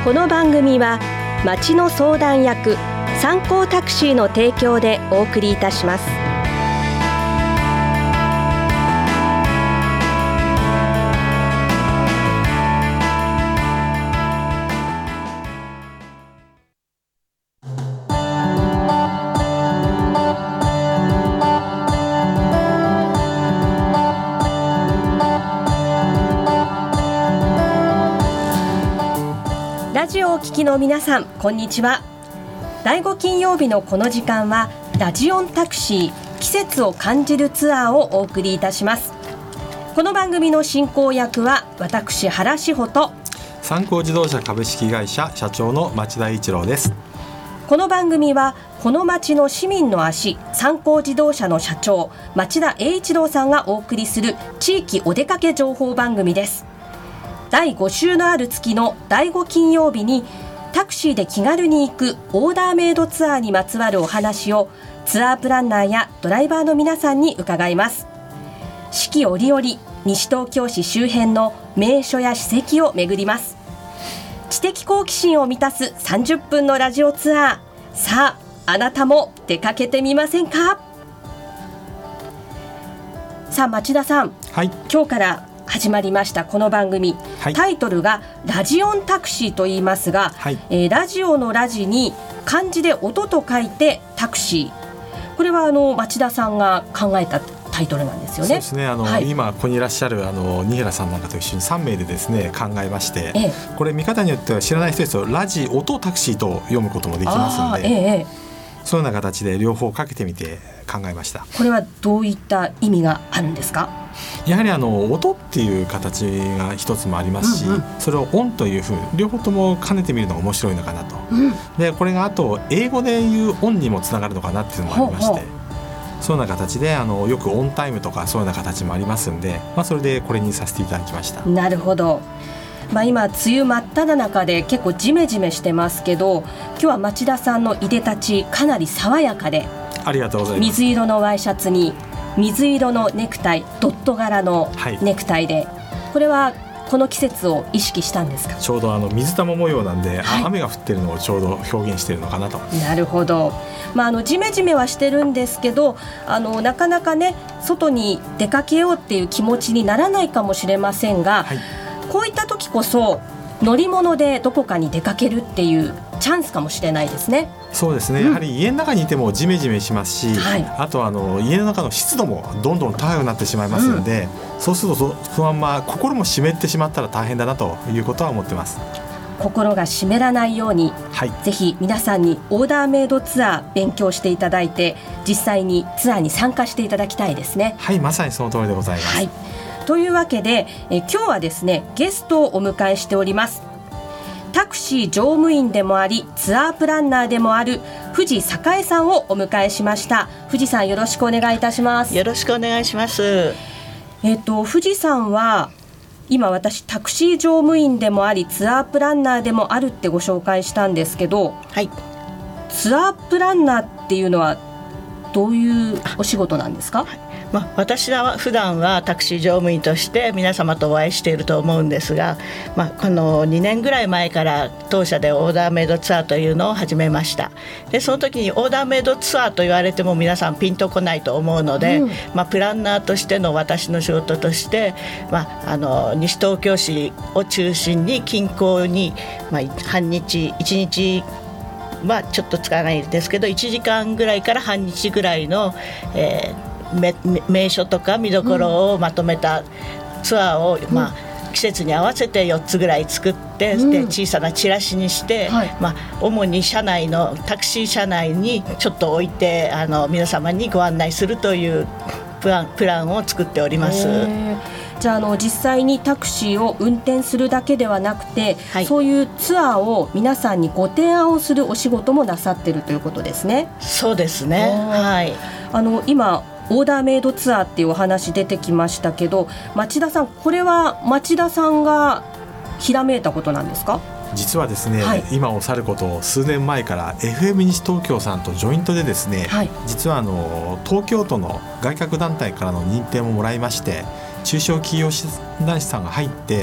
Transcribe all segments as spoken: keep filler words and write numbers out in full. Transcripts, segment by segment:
この番組は町の相談役三幸タクシーの提供でお送りいたします。ラジオをお聞きの皆さん、こんにちは。だいご金曜日のこの時間はラジオンタクシー季節を感じるツアーをお送りいたします。この番組の進行役は私原志保と三幸自動車株式会社社長の町田一郎です。 この番組はこの町の市民の足、三幸自動車の社長町田栄一郎さんがお送りする地域お出かけ情報番組です。だいご週のある月のだいご金曜日にタクシーで気軽に行くオーダーメイドツアーにまつわるお話をツアープランナーやドライバーの皆さんに伺います。四季折々西東京市周辺の名所や史跡を巡ります。知的好奇心を満たすさんじゅっぷんのラジオツアー、さああなたも出かけてみませんか。さあ町田さん、 はい、 今日から始まりましたこの番組、はい、タイトルがラジオンタクシーと言いますが、はい、えー、ラジオのラジに漢字で音と書いてタクシー、これはあの町田さんが考えたタイトルなんですよね。 そうですね、あの、はい、今ここにいらっしゃるあの新原さんなんかと一緒にさん名でですね考えまして、ええ、これ見方によっては知らない人ですとラジ音タクシーと読むこともできますので、ええ、そういうような形で両方かけてみて考えました。 これはどういった意味があるんですか。 やはりあの音っていう形が一つもありますし、うんうん、それを音というふう両方とも兼ねてみるのが面白いのかなと、うん、でこれがあと英語でいう音にもつながるのかなっていうのもありまして、ほうほう、そういうような形であのよくオンタイムとかそういうような形もありますんで、まあ、それでこれにさせていただきました。 なるほど。まあ、今梅雨真っ只中で結構ジメジメしてますけど、今日は町田さんのいでたちかなり爽やかで、 ありがとうございます。 水色のワイシャツに水色のネクタイ、ドット柄のネクタイで、はい、これはこの季節を意識したんですか。 ちょうどあの水玉模様なんで、はい、雨が降ってるのをちょうど表現してるのかなと。 なるほど。まあ、あのジメジメはしてるんですけど、あのなかなかね外に出かけようっていう気持ちにならないかもしれませんが、はい、こういった時こそ乗り物でどこかに出かけるっていうチャンスかもしれないですね。 そうですね、うん、やはり家の中にいてもジメジメしますし、はい、あとあの家の中の湿度もどんどん高くなってしまいますので、うん、そうすると そ, そのまま心も湿ってしまったら大変だなということは思ってます。 心が湿らないように、はい、ぜひ皆さんにオーダーメイドツアー勉強していただいて、実際にツアーに参加していただきたいですね。 はい、まさにその通りでございます、はい、 というわけでえ今日はですねゲストをお迎えしております。タクシー乗務員でもありツアープランナーでもある藤栄さんをお迎えしました。藤さん、よろしくお願いいたします。 よろしくお願いします。 えっと藤さんは今私タクシー乗務員でもありツアープランナーでもあるってご紹介したんですけど、 はい、 ツアープランナーっていうのはどういうお仕事なんですか。 はい、まあ、私は普段はタクシー乗務員として皆様とお会いしていると思うんですが、まあ、このにねんぐらい前から当社でオーダーメイドツアーというのを始めました。でその時にオーダーメイドツアーと言われても皆さんピンとこないと思うので、うん、まあ、プランナーとしての私の仕事として、まあ、あの西東京市を中心に近郊に、まあ、半日いちにちはちょっと使わないですけどいちじかんぐらいから半日ぐらいの、えー、名所とか見どころをまとめたツアーを、うん、まあ、季節に合わせてよっつぐらい作って、うん、で小さなチラシにして、はい、まあ、主に車内のタクシー車内にちょっと置いてあの皆様にご案内するというプラン、プランを作っております。 じゃあ、あの実際にタクシーを運転するだけではなくて、はい、そういうツアーを皆さんにご提案をするお仕事もなさっているということですね。 そうですね、はい、 あの今オーダーメイドツアーっていうお話出てきましたけど、町田さん、これは町田さんがひらめいたことなんですか。 実はですね、はい、今おさること数年前から エフエム 西東京さんとジョイントでですね、はい、実はあの東京都の外郭団体からの認定ももらいまして、中小企業診断士さんが入って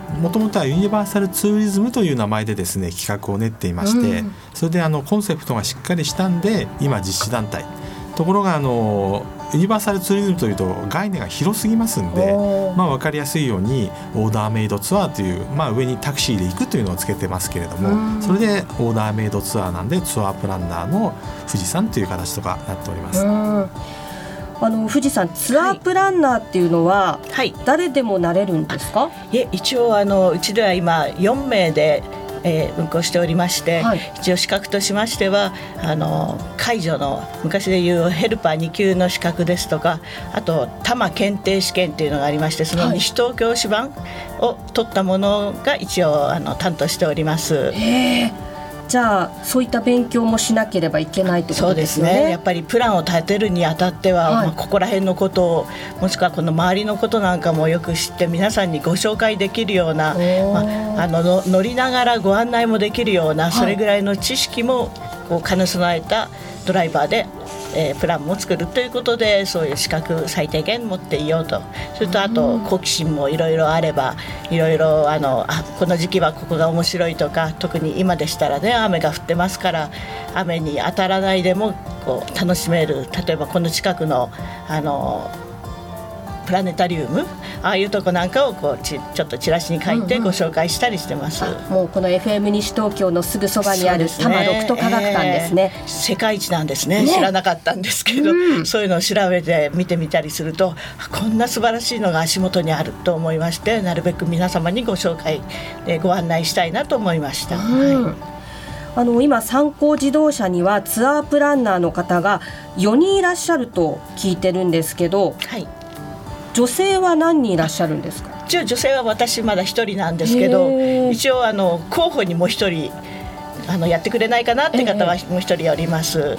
もともとはユニバーサルツーリズムという名前でですね企画を練っていまして、うん、それであのコンセプトがしっかりしたんで今実施団体。ところがあのユニバーサルツーリズムというと概念が広すぎますんで、まあ、分かりやすいようにオーダーメイドツアーという、まあ、上にタクシーで行くというのをつけてますけれども、それでオーダーメイドツアーなんでツアープランナーの富士山という形とかなっております。 あの富士山ツアープランナーっていうのは、はい、誰でもなれるんですか？ いえ、一応あのうちでは今よんめいでえー、運行しておりまして、はい、一応資格としましてはあの介助の昔でいうヘルパーにきゅうの資格ですとか、あと多摩検定試験というのがありまして、その西東京市版を取ったものが一応あの担当しております。 へー、じゃあそういった勉強もしなければいけないということですよね。 そうですね、やっぱりプランを立てるにあたっては、はい、まあ、ここら辺のことをもしくはこの周りのことなんかもよく知って皆さんにご紹介できるような、まあ、あのの乗りながらご案内もできるような、それぐらいの知識もこう兼ね備えたドライバーで、えー、プランも作るということで、そういう資格最低限持っていようと。それとあと好奇心もいろいろあれば、いろいろあのあこの時期はここが面白いとか、特に今でしたらね雨が降ってますから、雨に当たらないでもこう楽しめる、例えばこの近くのあのプラネタリウム、ああいうとこなんかをこう ち, ちょっとチラシに書いてご紹介したりしてます、うんうん、 もうこの エフエム 西東京のすぐそばにある多摩六都科学館ですね、 えー、世界一なんです ね, ね知らなかったんですけど、うん、そういうのを調べて見てみたりすると、こんな素晴らしいのが足元にあると思いまして、なるべく皆様にご紹介でご案内したいなと思いました、うん、はい。 あの今三幸自動車にはツアープランナーの方がよにんいらっしゃると聞いてるんですけど、はい、女性は何人いらっしゃるんですか？ 一応女性は私まだ一人なんですけど、一応あの候補にもう一人あのやってくれないかなって方はもう一人おります、はい。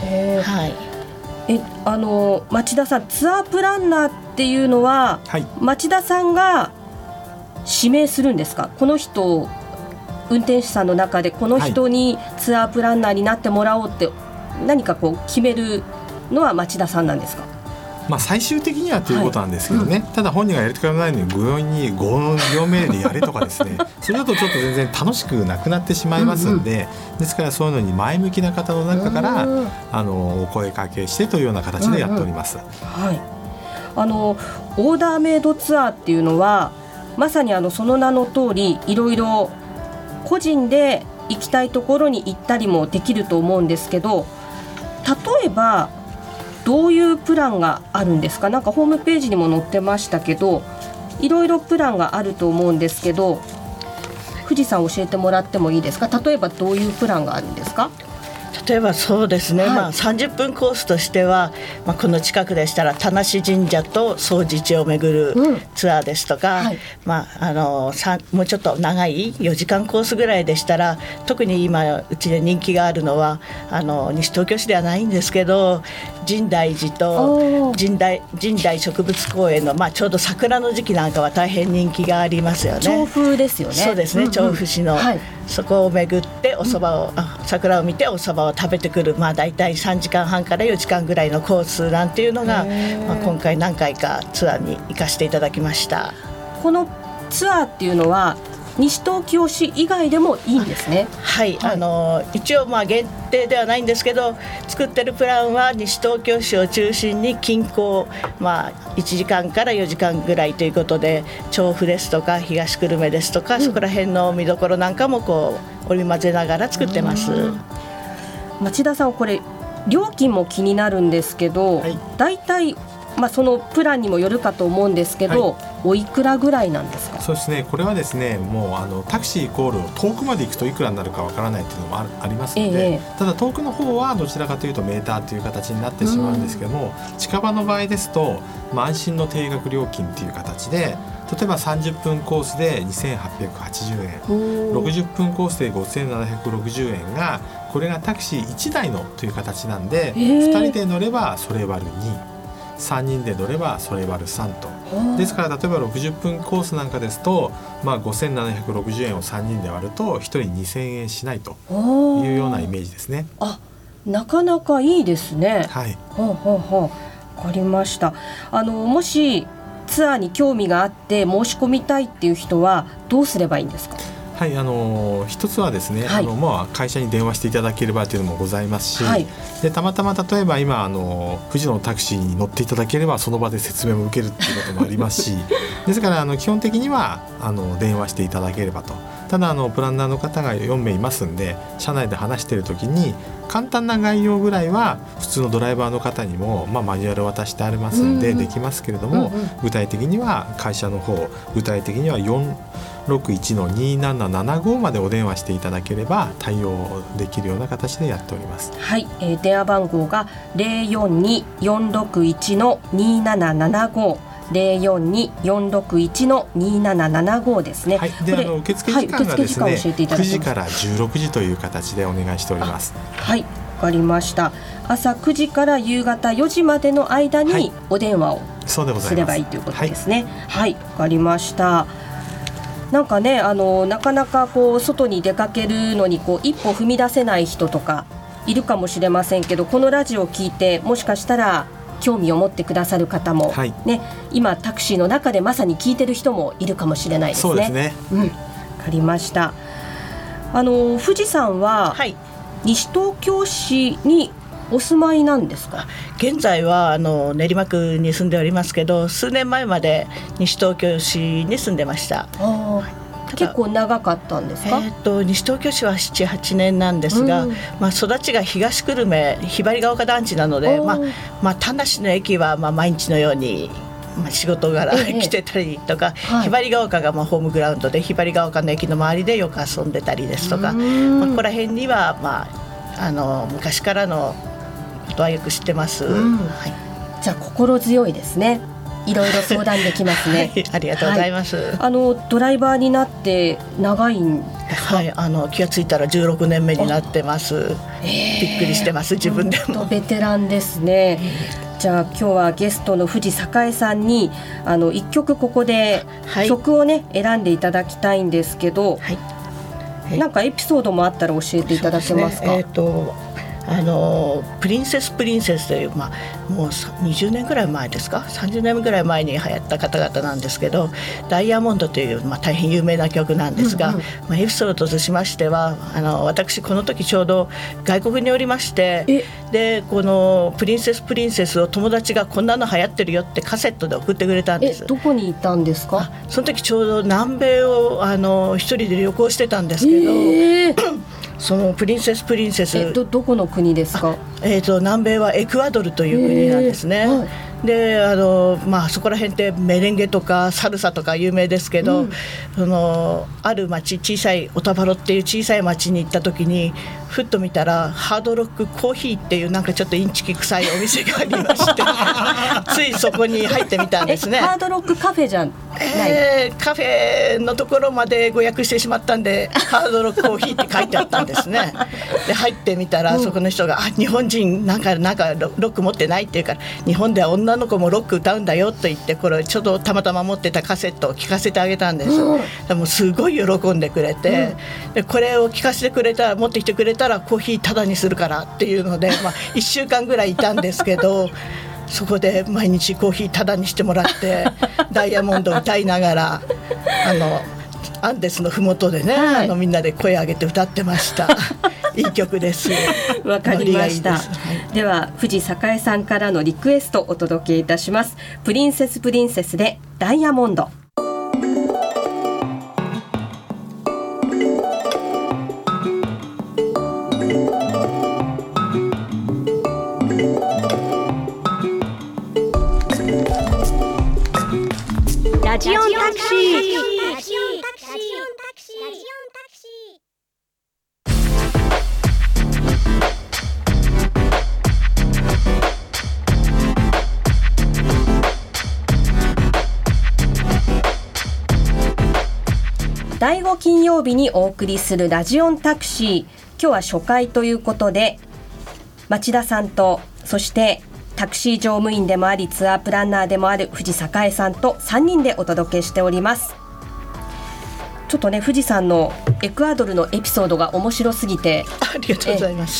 えあの町田さん、ツアープランナーっていうのは、はい、町田さんが指名するんですか？この人を運転手さんの中でこの人にツアープランナーになってもらおうって何かこう決めるのは町田さんなんですか？ まあ、最終的にはということなんですけどね、はい、うん、ただ本人がやりたくないのに強引にご行命でやれとかですねそれだとちょっと全然楽しくなくなってしまいますんで、うんうん、ですからそういうのに前向きな方の中から、うん、あのお声かけしてというような形でやっております、うんうん、 はい。あのオーダーメイドツアーっていうのはまさにあのその名の通り、いろいろ個人で行きたいところに行ったりもできると思うんですけど、例えばどういうプランがあるんですか？なんかホームページにも載ってましたけど、いろいろプランがあると思うんですけど、富士山教えてもらってもいいですか？例えばどういうプランがあるんですか？ 例えばそうですね、はい、まあ、さんじゅっぷんコースとしては、まあ、この近くでしたら田無神社と総持寺を巡るツアーですとか、うん、はい、まあ、あのもうちょっと長いよじかんコースぐらいでしたら、特に今うちで人気があるのはあの西東京市ではないんですけど、深大寺と神代、神代植物公園の、まあ、ちょうど桜の時期なんかは大変人気がありますよね。 調布ですよね。 そうですね、うんうん、調布市の、はい、そこを巡ってお蕎麦を、うん、あ桜を見てお蕎麦を食べてくる、まあ、だいたいさんじかんはんからよじかんぐらいのコースなんていうのが、まあ、今回何回かツアーに行かせていただきました。 このツアーっていうのは西東京市以外でもいいんですね。 はい、はい、あの一応まあ限定ではないんですけど、作ってるプランは西東京市を中心に近郊、まあ、いちじかんからよじかんぐらいということで、調布ですとか東久留米ですとか、うん、そこら辺の見どころなんかもこう織り交ぜながら作ってます。 町田さん、これ料金も気になるんですけど、はい、だいたいまあ、そのプランにもよるかと思うんですけど、はい、おいくらぐらいなんですか？ そうですね、これはですね、もうあのタクシーイコール遠くまで行くといくらになるかわからないっていうのも あ, ありますので、えー、ただ遠くの方はどちらかというとメーターという形になってしまうんですけども、うん、近場の場合ですと、まあ、安心の定額料金という形で、例えばさんじゅっぷんコースでにせんはっぴゃくはちじゅうえん、ろくじゅっぷんコースでごせんななひゃくろくじゅうえんが、これがタクシーいちだいのという形なんで、えー、ふたりで乗ればそれ割るに、さんにんで乗ればそれ割るさんと。ですから例えばろくじゅっぷんコースなんかですと、まあ、ごせんななひゃくろくじゅうえんをさんにんで割るとひとりにせんえんしないというようなイメージですね。 あ、なかなかいいですね。 はい、 ほうほうほう、分かりました。あのもしツアーに興味があって申し込みたいっていう人はどうすればいいんですか？ はい、あの一つはですね、はい、あのまあ、会社に電話していただければというのもございますし、はい、でたまたま例えば今あの富士のタクシーに乗っていただければその場で説明も受けるっていうこともありますしですからあの基本的にはあの電話していただければと。ただあのプランナーの方がよんめいいますんで、社内で話している時に簡単な概要ぐらいは普通のドライバーの方にも、まあ、マニュアル渡してありますんでできますけれども、うんうん、具体的には会社の方、具体的にはよんろくいちのにーななななご までお電話していただければ対応できるような形でやっております。 はい、えー、電話番号が ゼロよんに よんろくいち のにーななななご ゼロよんに よんろくいち のにーななななご ですね。 はい、であの受付時間がですね、はい、くじからじゅうろくじという形でお願いしております。 はい、わかりました。朝くじから夕方よじまでの間にお電話をすればいいということですね。はい、わ、はい、かりました。なんかね、あのなかなかこう外に出かけるのにこう一歩踏み出せない人とかいるかもしれませんけど、このラジオを聞いてもしかしたら興味を持ってくださる方も、はい、ね、今タクシーの中でまさに聞いてる人もいるかもしれないですね。 そうですね、 うん、わかりました。あの富士山は、はい、西東京市にお住まいなんですか？ 現在はあの練馬区に住んでおりますけど、数年前まで西東京市に住んでました。 あ、結構長かったんですか？ えー、と西東京市はななはちねんなんですが、うん、まあ、育ちが東久留米ひばりが丘団地なので、まあまあ、丹田市の駅はまあ毎日のようにまあ仕事柄来てたりとか、はい、ひばりが丘がまあホームグラウンドでひばりが丘の駅の周りでよく遊んでたりですとか、まあ、ここら辺には、まあ、あの昔からのことはよく知ってます、うん、はい、 じゃあ心強いですね。いろいろ相談できますね。 はい、ありがとうございます。はい、 あのドライバーになって長いんですか？ はい、あの気がついたらじゅうろくねんめになってます。えー、びっくりしてます、自分でも。 ベテランですね。じゃあ今日はゲストの藤栄さんにあのいっきょくここで曲をね、はい、選んでいただきたいんですけど、はいはい、なんかエピソードもあったら教えていただけますか？ そうですね、えーとあのプリンセスプリンセスという、まあ、もうにじゅうねんぐらい前ですか、さんじゅうねんぐらい前に流行った方々なんですけど、ダイヤモンドという、まあ、大変有名な曲なんですが、うんうん、まあ、エピソードとしましては、あの私この時ちょうど外国におりまして、でこのプリンセスプリンセスを友達がこんなの流行ってるよってカセットで送ってくれたんです。 え、どこにいたんですか？ その時ちょうど南米をあの一人で旅行してたんですけど、えーそのプリンセスプリンセス、 え ど, どこの国ですか？ えー、と南米はエクアドルという国なんですね。えーはい、であの、まあ、そこら辺ってメレンゲとかサルサとか有名ですけど、うん、そのある町、小さいオタバロっていう小さい町に行った時にふっと見たらハードロックコーヒーっていうなんかちょっとインチキ臭いお店がありましてついそこに入ってみたんですね。 ハードロックカフェじゃない、 えー、カフェのところまでご予約してしまったんでハードロックコーヒーって書いてあったんですね。で入ってみたら、うん、そこの人があ日本人なんかなんかロック持ってないっていうから、日本では女の子もロック歌うんだよと言って、これちょっとたまたま持ってたカセットを聞かせてあげたんです。うん、でもすごい喜んでくれて、うん、でこれを聞かせてくれたら持ってきてくれたらコーヒータダにするからっていうので、まあ、いっしゅうかんぐらいいたんですけどそこで毎日コーヒータダにしてもらってダイヤモンドを歌いながらあのアンデスのふもとでね、はい、あのみんなで声上げて歌ってましたいい曲です。 わかりました。いいです、はい、では藤栄さんからのリクエストをお届けいたします。プリンセスプリンセスでダイヤモンド。ラジオンタクシー。だいご金曜日にお送りするラジオンタクシー。今日は初回ということで、町田さんとそしてタクシー乗務員でもありツアープランナーでもある藤栄さんとさんにんでお届けしております。ちょっとね、藤さんのエクアドルのエピソードが面白すぎて、 ありがとうございます。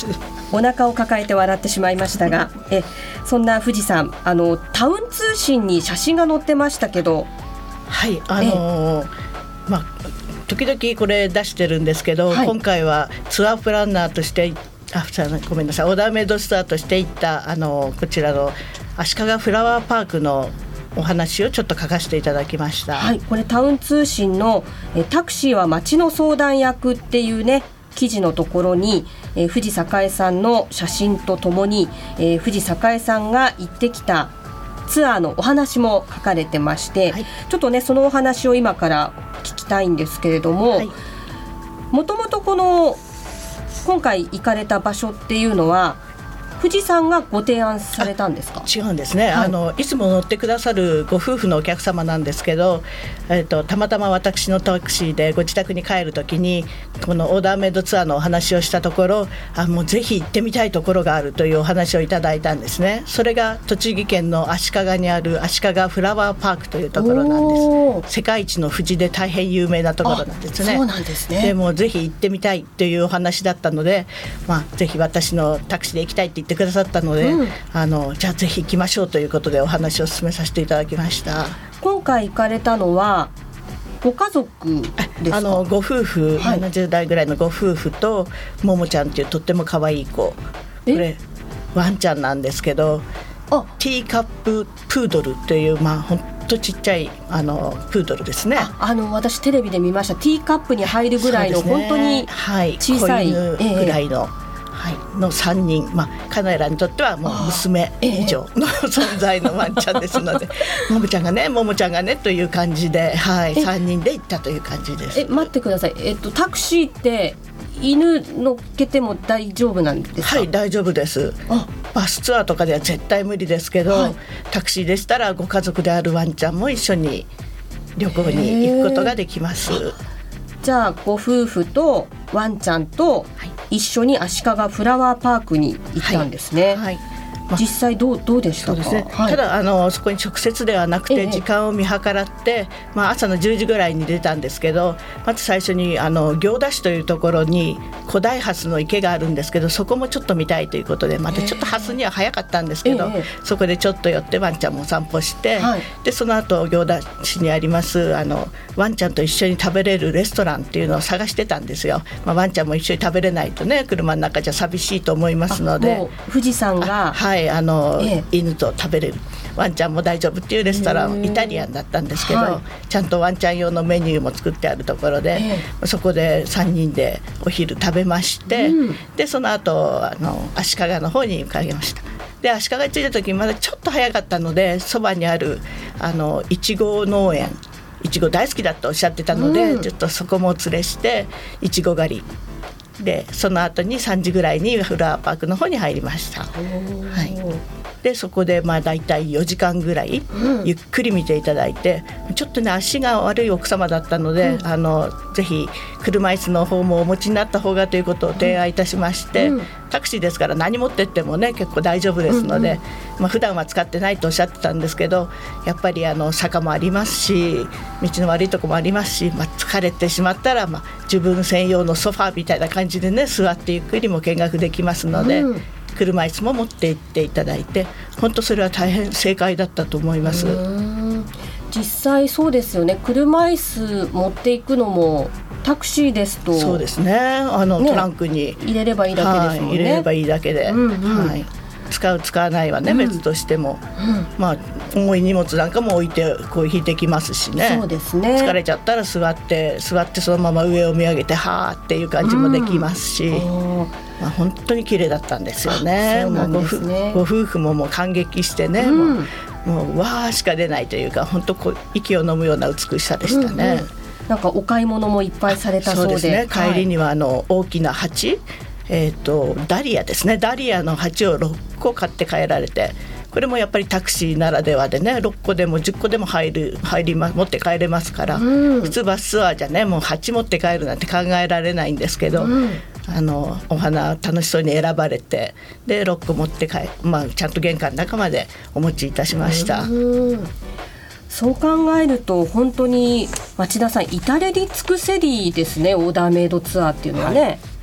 お腹を抱えて笑ってしまいましたがえそんな富士山あのタウン通信に写真が載ってましたけど、 はいあのーまあ、時々これ出してるんですけど、はい、今回はツアープランナーとしてあごめんなさいオーダーメイドツアーとして行ったあのこちらの足利フラワーパークのお話をちょっと書かせていただきました。 はい、これタウン通信のえタクシーは街の相談役っていうね記事のところに、えー、富士栄さんの写真とともに、えー、富士栄さんが行ってきたツアーのお話も書かれてまして、はい、ちょっとねそのお話を今から聞きたいんですけれども、もともとこの今回行かれた場所っていうのは富士山がご提案されたんですか？ 違うんですね、はい、あのいつも乗ってくださるご夫婦のお客様なんですけど、えー、とたまたま私のタクシーでご自宅に帰るときにこのオーダーメイドツアーのお話をしたところあもうぜひ行ってみたいところがあるというお話をいただいたんですね。それが栃木県の足利にある足利フラワーパークというところなんです。世界一の藤で大変有名なところなんですね。 そうなんですね。 でもぜひ行ってみたいというお話だったので、まあ、ぜひ私のタクシーで行きたいって言ってくださったので、うん、あのじゃあぜひ行きましょうということでお話を進めさせていただきました。 今回行かれたのはご家族ですか？ あのご夫婦、はい、ななじゅう代ぐらいのご夫婦とももちゃんというとっても可愛い子、これワンちゃんなんですけどあティーカッププードルという、まあ、ほんとちっちゃいあのプードルですね。 ああの私テレビで見ました。ティーカップに入るぐらいの、ね、本当に小さい、 はい、子犬ぐらいの、えーはい、のさんにん、まあ、彼らにとってはもう娘以上の存在のワンちゃんですのでももちゃんがねももちゃんがねという感じで、はい、さんにんで行ったという感じです。 え待ってください、えっと、タクシーって犬乗っけても大丈夫なんですか？ はい大丈夫です。バスツアーとかでは絶対無理ですけど、はい、タクシーでしたらご家族であるワンちゃんも一緒に旅行に行くことができます。 じゃあご夫婦とワンちゃんと一緒に足利フラワーパークに行ったんですね。はいはいま、実際どう、どうでしたか？ そうですね、 はい、 ただあのそこに直接ではなくて時間を見計らって、ええまあ、朝のじゅうじぐらいに出たんですけど、まず最初にあの行田市というところに古代ハスの池があるんですけど、そこもちょっと見たいということでまたちょっとハスには早かったんですけど、ええ、そこでちょっと寄ってワンちゃんもお散歩して、はい、でその後行田市にありますあのワンちゃんと一緒に食べれるレストランっていうのを探してたんですよ。まあ、ワンちゃんも一緒に食べれないとね車の中じゃ寂しいと思いますので、 もう富士山がはいあの、ええ犬と食べれるワンちゃんも大丈夫っていうレストランイタリアンだったんですけど、はい、ちゃんとワンちゃん用のメニューも作ってあるところで、えー、そこでさんにんでお昼食べまして、うん、でその後あの足利の方に向かいました。で足利に着いた時まだちょっと早かったのでそばにあるあのいちご農園いちご大好きだとおっしゃってたので、うん、ちょっとそこもお連れしていちご狩りでその後にさんじぐらいにフラワーパークの方に入りました。はいでそこでまあだいたいよじかんぐらいゆっくり見ていただいて、うん、ちょっとね足が悪い奥様だったので、うん、あのぜひ車椅子の方もお持ちになった方がということを提案いたしまして、うん、タクシーですから何持ってってもね結構大丈夫ですので、うんうんまあ、普段は使ってないとおっしゃってたんですけどやっぱりあの坂もありますし道の悪いとこもありますし、まあ、疲れてしまったら、まあ、自分専用のソファーみたいな感じでね座ってゆっくりも見学できますので、うん車椅子も持って行っていただいて本当それは大変正解だったと思います。うーん実際そうですよね。車椅子持っていくのもタクシーですとそうですねあの、ね、トランクに入れればいいだけですもんね、 はい、入れればいいだけで、うんうんはい、使う使わないはね、うん、別としても、うんまあ、重い荷物なんかも置いてこう引いてきますしね。 そうですね疲れちゃったら座って座ってそのまま上を見上げてはーっていう感じもできますし、うんまあ、本当に綺麗だったんですよね。 そうなんですね。 ご夫婦ももう感激してね、うん、もう、もうわーしか出ないというか本当こう息を飲むような美しさでしたね、うんうん、 なんかお買い物もいっぱいされたそうで、 そうですね、帰りにはあの大きな鉢、えーと、ダリアですねダリアの鉢をろっこ買って帰られてこれもやっぱりタクシーならではでねろっこでもじゅっこでも入る入り、ま、持って帰れますから、うん、普通バスツアーじゃねもう鉢持って帰るなんて考えられないんですけど、うんあのお花楽しそうに選ばれてでろっこ持って帰、まあ、ちゃんと玄関の中までお持ちいたしました。 うんそう考えると本当に町田さん至れり尽くせりですねオーダーメイドツアーっていうのはね、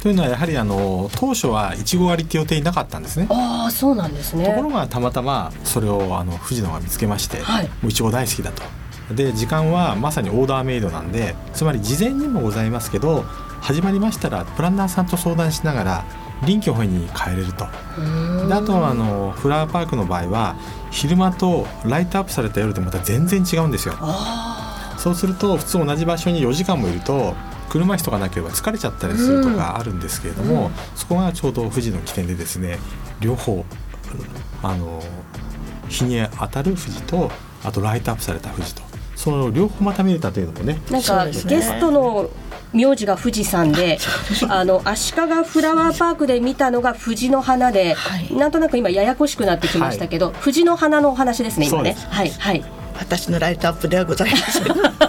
というのはやはりあの当初はいちご割って予定になかったんですね。 ああ、そうなんですね。 ところがたまたまそれをあの富士のが見つけまして、 はい、 もういちご大好きだと。で時間はまさにオーダーメイドなんで、つまり事前にもございますけど、始まりましたらプランナーさんと相談しながら臨機応変に変えれると。であとはあのフラワーパークの場合は昼間とライトアップされた夜でまた全然違うんですよ。 あ、 そうすると普通同じ場所によじかんもいると車椅子とかなければ疲れちゃったりするとかあるんですけれども、うん、そこがちょうど富士の起点でですね、両方あの日に当たる富士と、あとライトアップされた富士と、その両方また見れたというのもね、 なんかゲストの名字が富士山で、あの足利フラワーパークで見たのが藤の花で、はい、なんとなく今ややこしくなってきましたけど、はい、藤の花のお話ですね今ね。はいはい、 私のライトアップではございません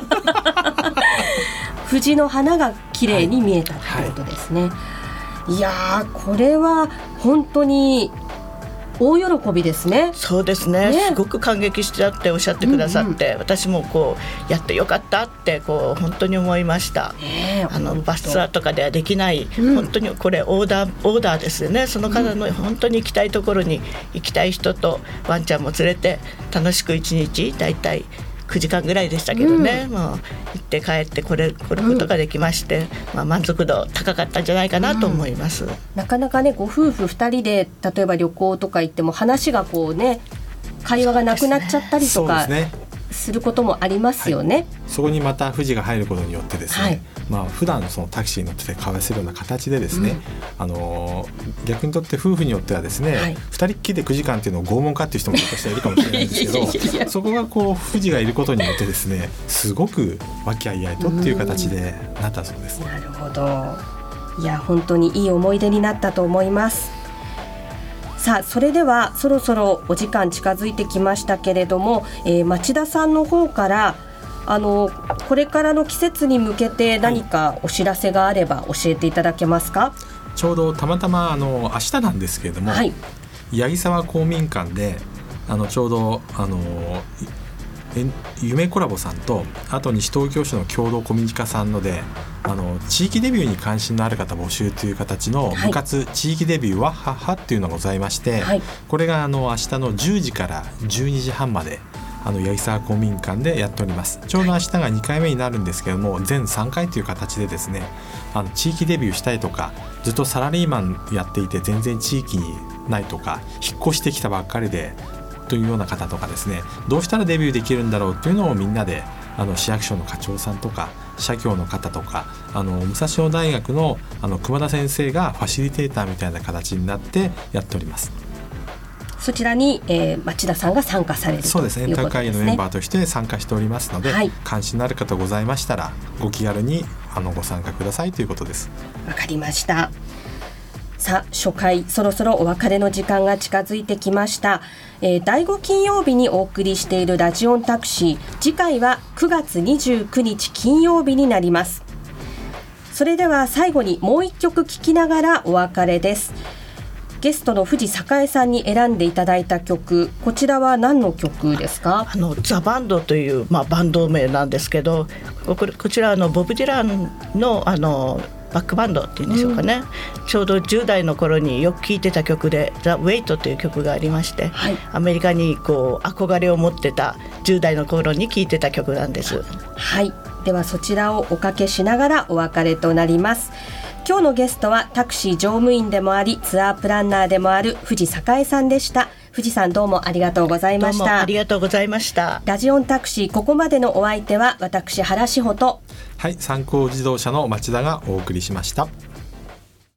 藤の花が綺麗に見えたということですね。はいはい、いやー、これは本当に大喜びですね。 そうです ね, ねすごく感激したっておっしゃってくださって、うんうん、私もこうやってよかったってこう本当に思いました。えー、あのバスツアーとかではできない、うん、本当にこれオーダーオーダーですよね。その方の本当に行きたいところに行きたい人とワンちゃんも連れて楽しく一日だいたいくじかんぐらいでしたけどね、うん、もう行って帰ってこれこれことができまして、うん、まあ、満足度高かったんじゃないかなと思います。うん、 なかなかね、ご夫婦ふたりで例えば旅行とか行っても話がこうね、会話がなくなっちゃったりとかすることもありますよね。はい、 そこにまた富士が入ることによってですね、はい、まあ、普段そのタクシーに乗ってて交わせるような形でですね、うん、あの逆にとって夫婦によってはですね、はい、ふたりっきりでくじかんっていうのを拷問かっていう人もひょっとしたらいるかもしれないんですけどいやいやいや、そこがこう富士がいることによってですね、すごく和気あいあいとっていう形でなったそうです。 なるほど。いや、本当にいい思い出になったと思います。さあ、それではそろそろお時間近づいてきましたけれども、えー、町田さんの方からあのこれからの季節に向けて何かお知らせがあれば教えていただけますか？はい、 ちょうどたまたまあの明日なんですけれども、はい、八木沢公民館であのちょうどあの夢コラボさんと、あと西東京市の共同コミュニカさんので、あの地域デビューに関心のある方募集という形の部活、はい、地域デビューわっはっはっていうのがございまして、はい、これがあの明日のじゅうじからじゅうにじはんまであの八木沢公民館でやっております。ちょうど明日がにかいめになるんですけども、全さんかいという形でですね、あの地域デビューしたいとか、ずっとサラリーマンやっていて全然地域にないとか、引っ越してきたばっかりでというような方とかですね、どうしたらデビューできるんだろうというのをみんなで、あの市役所の課長さんとか社協の方とか、あの武蔵野大学のあの熊田先生がファシリテーターみたいな形になってやっております。 そちらに、えー、町田さんが参加されるということですね。 そうですね、大会のメンバーとして参加しておりますので、はい、関心のある方ございましたらご気軽にあのご参加くださいということです。 わかりました。さあ、初回そろそろお別れの時間が近づいてきました。えー、だいご金曜日にお送りしているラジオンタクシー、次回はくがつにじゅうくにち金曜日になります。それでは最後にもう一曲聴きながらお別れです。ゲストの藤栄さんに選んでいただいた曲、こちらは何の曲ですか？ あのザ・バンドという、まあ、バンド名なんですけど、こ, こちらあのボブ・ディラン の, あのバックバンドっていうんでしょうかね、うん、ちょうどじゅう代の頃によく聴いてた曲で The Wait という曲がありまして、はい、アメリカにこう憧れを持ってたじゅう代の頃に聴いてた曲なんです。 はい、ではそちらをおかけしながらお別れとなります。今日のゲストはタクシー乗務員でもありツアープランナーでもある藤栄さんでした。藤さん、どうもありがとうございました。 どうもありがとうございました。 ラジオンタクシー、ここまでのお相手は私原志保と、 はい、三幸自動車の町田がお送りしました。